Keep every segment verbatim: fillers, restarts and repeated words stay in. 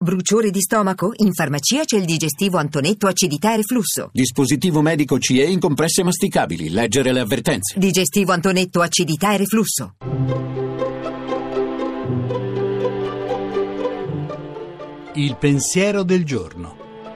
Bruciore di stomaco? In farmacia c'è il digestivo Antonetto acidità e reflusso. Dispositivo medico C E in compresse masticabili. Leggere le avvertenze. Digestivo Antonetto acidità e reflusso. Il pensiero del giorno.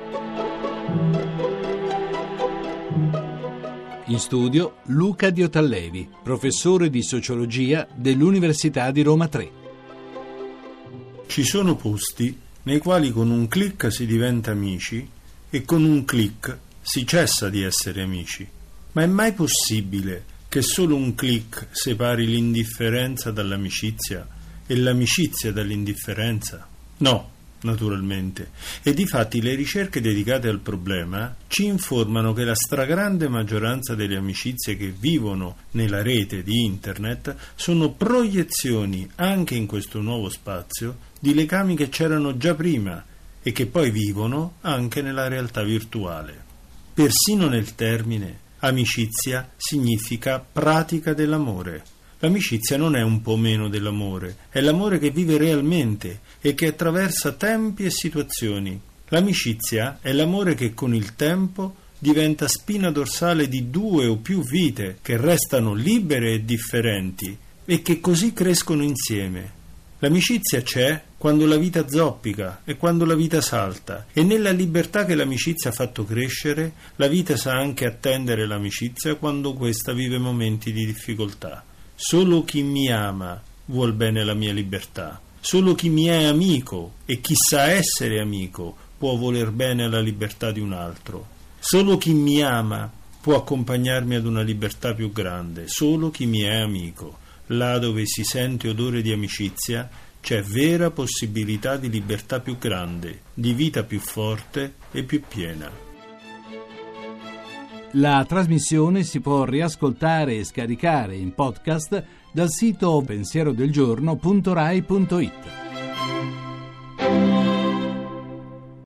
In studio Luca Diotallevi, professore di sociologia dell'Università di Roma tre. Ci sono posti nei quali con un click si diventa amici e con un click si cessa di essere amici. Ma è mai possibile che solo un click separi l'indifferenza dall'amicizia e l'amicizia dall'indifferenza? No, naturalmente. E difatti le ricerche dedicate al problema ci informano che la stragrande maggioranza delle amicizie che vivono nella rete di internet sono proiezioni, anche in questo nuovo spazio, di legami che c'erano già prima e che poi vivono anche nella realtà virtuale. Persino nel termine amicizia significa pratica dell'amore. L'amicizia non è un po' meno dell'amore, è l'amore che vive realmente e che attraversa tempi e situazioni. L'amicizia è l'amore che con il tempo diventa spina dorsale di due o più vite che restano libere e differenti e che così crescono insieme. L'amicizia c'è quando la vita zoppica e quando la vita salta, e nella libertà che l'amicizia ha fatto crescere, la vita sa anche attendere l'amicizia quando questa vive momenti di difficoltà. Solo chi mi ama vuol bene la mia libertà. Solo chi mi è amico e chi sa essere amico può voler bene alla libertà di un altro. Solo chi mi ama può accompagnarmi ad una libertà più grande. Solo chi mi è amico. Là dove si sente odore di amicizia c'è vera possibilità di libertà più grande, di vita più forte e più piena. La trasmissione si può riascoltare e scaricare in podcast dal sito pensierodelgiorno punto rai punto it.